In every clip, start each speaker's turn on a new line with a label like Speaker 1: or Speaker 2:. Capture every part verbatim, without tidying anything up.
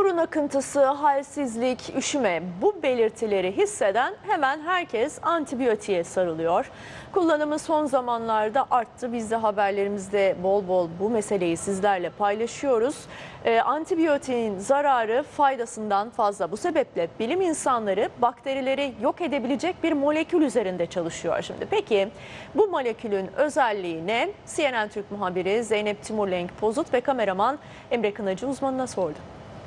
Speaker 1: Burun akıntısı, halsizlik, üşüme, bu belirtileri hisseden hemen herkes antibiyotiğe sarılıyor. Kullanımı son zamanlarda arttı. Biz de haberlerimizde bol bol bu meseleyi sizlerle paylaşıyoruz. Ee, antibiyotiğin zararı faydasından fazla. Bu sebeple bilim insanları bakterileri yok edebilecek bir molekül üzerinde çalışıyor şimdi. Peki bu molekülün özelliği ne? C N N Türk muhabiri Zeynep Timurlenk Pozut ve kameraman Emre Kınacı uzmanına sordu.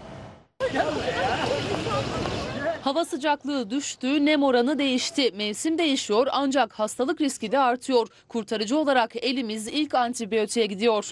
Speaker 2: Hava sıcaklığı düştü, nem oranı değişti. Mevsim değişiyor ancak hastalık riski de artıyor. Kurtarıcı olarak elimiz ilk antibiyotiğe gidiyor.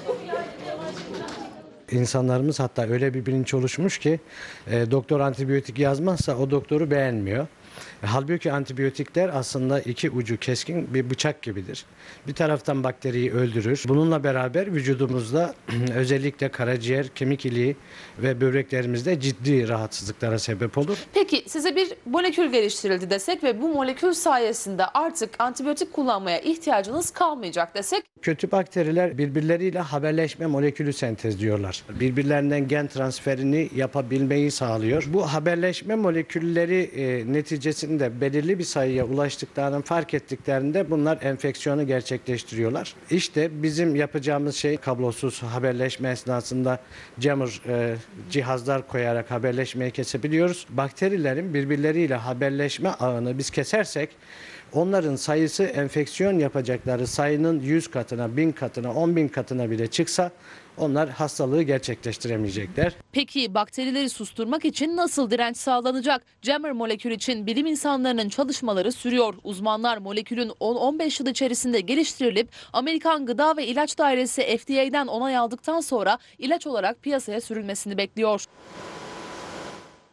Speaker 3: İnsanlarımız hatta öyle bir bilinç oluşmuş ki e, doktor antibiyotik yazmazsa o doktoru beğenmiyor. E, halbuki antibiyotikler aslında iki ucu keskin bir bıçak gibidir. Bir taraftan bakteriyi öldürür. Bununla beraber vücudumuzda özellikle karaciğer, kemik iliği ve böbreklerimizde ciddi rahatsızlıklara sebep olur.
Speaker 2: Peki size bir molekül geliştirildi desek ve bu molekül sayesinde artık antibiyotik kullanmaya ihtiyacınız kalmayacak desek?
Speaker 3: Kötü bakteriler birbirleriyle haberleşme molekülü sentezliyorlar. Birbirlerinden gen transferini yapabilmeyi sağlıyor. Bu haberleşme molekülleri e, neticesinde belirli bir sayıya ulaştıklarını fark ettiklerinde bunlar enfeksiyonu gerçekleştiriyorlar. İşte bizim yapacağımız şey kablosuz haberleşme esnasında jammer e, cihazlar koyarak haberleşmeyi kesebiliyoruz. Bakterilerin birbirleriyle haberleşme ağını biz kesersek onların sayısı enfeksiyon yapacakları sayının yüz katına, bin katına, on bin katına bile çıksa onlar hastalığı gerçekleştiremeyecekler.
Speaker 2: Peki bakterileri susturmak için nasıl direnç sağlanacak? Jammer molekül için bilim insanlarının çalışmaları sürüyor. Uzmanlar molekülün on on beş yıl içerisinde geliştirilip Amerikan Gıda ve İlaç Dairesi F D A'den onay aldıktan sonra ilaç olarak piyasaya sürülmesini bekliyor.